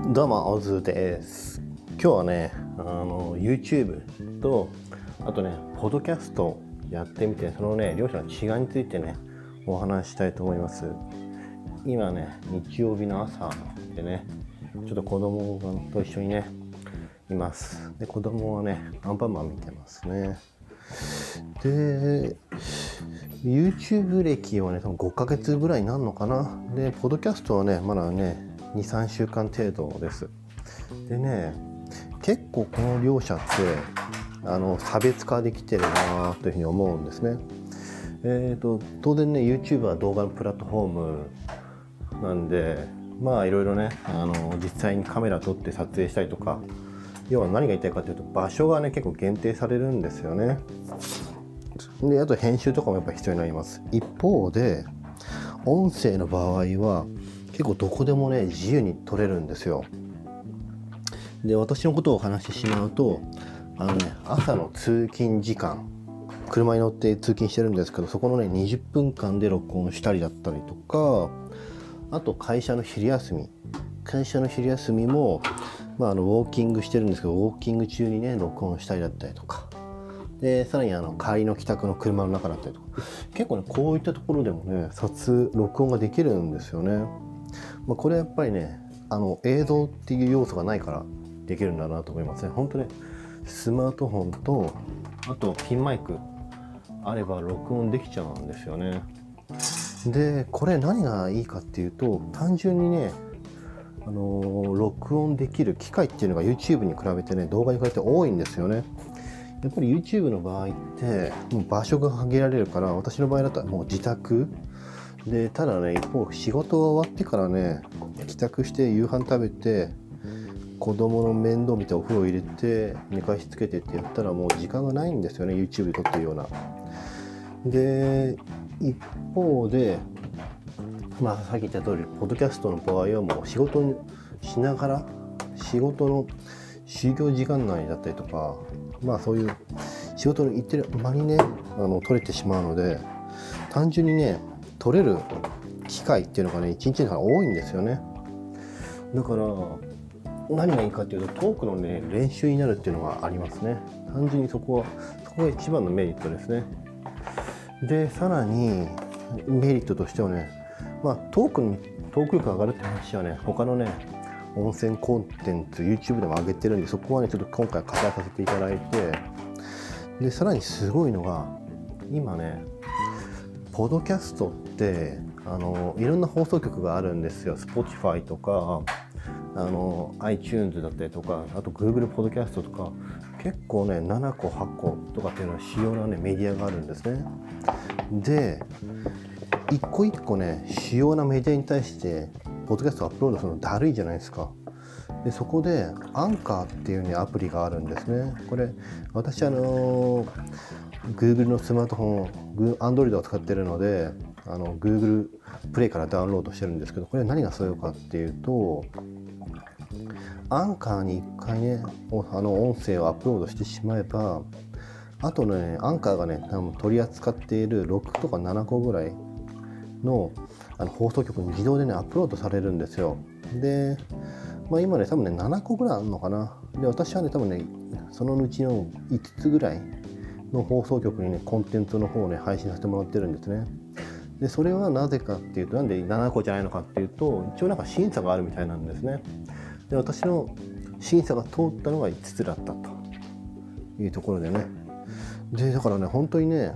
どうも、オズです。今日はね、YouTube と、あとね、ポッドキャストやってみて、そのね、両者の違いについてね、お話ししたいと思います。今ね、日曜日の朝でね、ちょっと子供と一緒にね、います。で、子供はね、アンパンマン見てますね。で、YouTube 歴はね、多分5ヶ月ぐらいになるのかな。で、ポッドキャストはね、まだね、2、3週間程度です。でね、結構この両者って差別化できてるなというふうに思うんですね。当然ね、YouTube は動画のプラットフォームなんで、まあいろいろね、実際にカメラ撮って撮影したりとか、要は何が言いたいかというと、場所がね結構限定されるんですよね。で、あと編集とかもやっぱ必要になります。一方で音声の場合は結構どこでもね自由に撮れるんですよ。で、私のことをお話ししまうと、朝の通勤時間、車に乗って通勤してるんですけど、そこのね20分間で録音したりだったりとか、あと会社の昼休みも、ウォーキングしてるんですけど、ウォーキング中にね録音したりだったりとかで、さらに帰りの帰宅の車の中だったりとか、結構ねこういったところでもね録音ができるんですよね。これはやっぱりね映像っていう要素がないからできるんだなと思いますね。本当ね、スマートフォンとあとピンマイクあれば録音できちゃうんですよね。で、これ何がいいかっていうと、単純にね録音できる機会っていうのが YouTube に比べてね、動画に比べて多いんですよね。やっぱり YouTube の場合ってもう場所が限られるから、私の場合だったらもう自宅で、ただね、一方仕事が終わってからね帰宅して夕飯食べて子供の面倒見てお風呂入れて寝かしつけてってやったらもう時間がないんですよね、 YouTube で撮ってるような。で、一方でさっき言った通り、ポッドキャストの場合はもう仕事にしながら、仕事の就業時間内だったりとか、そういう仕事に行ってる間にね取れてしまうので、単純にね取れる機会っていうのがね一日の中多いんですよね。だから何がいいかっていうと、トークのね練習になるっていうのがありますね。単純にそこが一番のメリットですね。で、さらにメリットとしてはね、トーク力が上がるって話はね、他のね音声コンテンツ YouTube でも上げてるんで、そこはねちょっと今回語らさせていただいて、でさらにすごいのが今ねポッドキャストっていろんな放送局があるんですよ。 Spotify とかiTunes だったりとか、あと Google ポッドキャストとか、結構ね7個8個とかっていうのは主要なねメディアがあるんですね。で、一個一個ね主要なメディアに対してポッドキャストアップロードするのだるいじゃないですか。で、そこでアンカーっていうねアプリがあるんですね。これ私Google のスマートフォン Android を使ってるのでGoogle プレイからダウンロードしてるんですけど、これ何がすごいかっていうと、アンカーに1回ね音声をアップロードしてしまえば、あとねアンカーがね多分取り扱っている6とか7個ぐらいの放送局に自動でねアップロードされるんですよ。で、今ね多分ね7個ぐらいあるのかな。で、私はね多分ねそのうちの5つぐらいの放送局にねコンテンツの方をね配信させてもらってるんですね。で、それはなぜかっていうと、なんで7個じゃないのかっていうと、一応なんか審査があるみたいなんですね。で、私の審査が通ったのが5つだったというところでね。で、だからね本当にね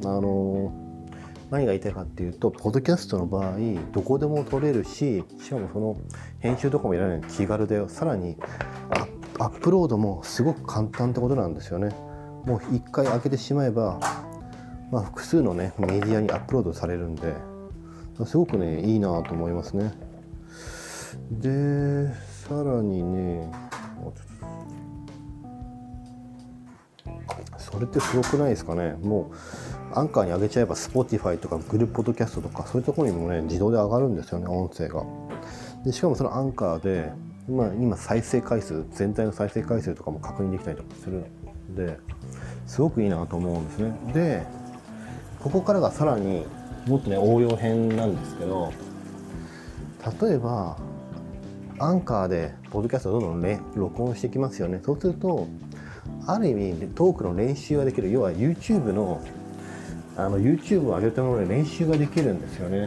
何が言いたいかっていうと、ポッドキャストの場合どこでも撮れるし、しかもその編集とかもいらないので気軽で、さらにアップロードもすごく簡単ってことなんですよね。もう一回開けてしまえば、複数のねメディアにアップロードされるんで、すごくねいいなと思いますね。で、さらにね、それってすごくないですかね。もうアンカーに上げちゃえば Spotify とか Google ポッドキャストとかそういうところにもね自動で上がるんですよね、音声が。で、しかもそのアンカーで今再生回数、全体の再生回数とかも確認できたりとかするので、すごくいいなと思うんですね。で、ここからがさらにもっとね応用編なんですけど、例えばアンカーでポッドキャストをどんどん録音していきますよね。そうするとある意味トークの練習ができる。要は YouTube のYouTube を上げたもので練習ができるんですよね。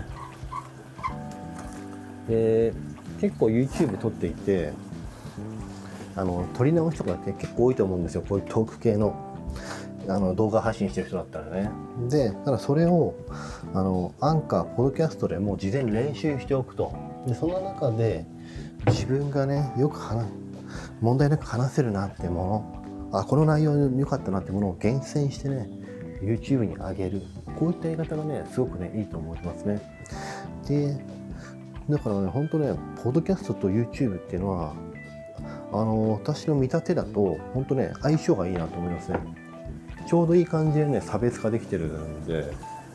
で結構 YouTube 撮っていて撮り直しとかって結構多いと思うんですよ。こういうトーク系の動画配信してる人だったらね。でただそれをアンカーポッドキャストでもう事前に練習しておくと。でその中で自分がねよく問題なく話せるなってもの、この内容良かったなってものを厳選してね YouTube に上げる。こういったやり方がねすごくねいいと思いますね。でだからね本当ねポッドキャストと YouTube っていうのは私の見立てだと本当ね相性がいいなと思いますね。ちょうどいい感じでね差別化できてるんで、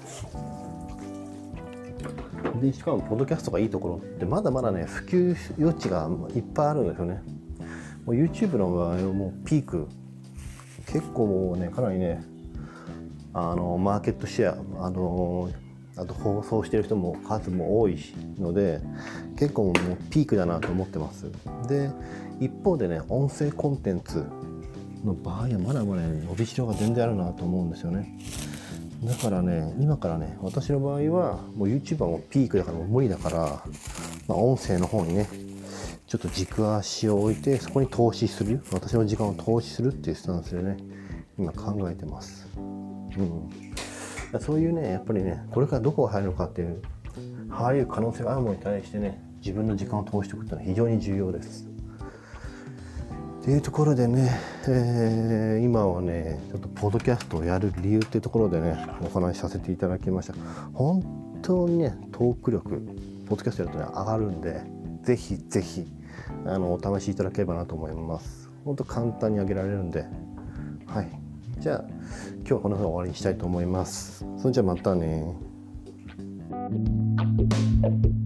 しかもポッドキャストがいいところってまだまだね普及余地がいっぱいあるんですよね。もう YouTube の場合はもうピーク結構もうねかなりねマーケットシェアあと放送してる人も数も多いので結構もうピークだなと思ってます。で一方でね音声コンテンツの場合はまだまだね伸びしろが全然あるなと思うんですよね。だからね今からね私の場合はもう YouTube はもうピークだからもう無理だから、音声の方にねちょっと軸足を置いてそこに投資する、私の時間を投資するっていうスタンスでね今考えてます。そういうねやっぱりねこれからどこが入るのかっていう入る可能性があるものに対してね自分の時間を通しておくっていうのは非常に重要です。っていうところでね、今はねちょっとポッドキャストをやる理由っていうところでねお話しさせていただきました。本当にねトーク力ポッドキャストやるとね上がるんでぜひぜひお試しいただければなと思います。本当簡単に上げられるんで、はい。じゃあ今日はこの辺で終わりにしたいと思います。それじゃあまたね。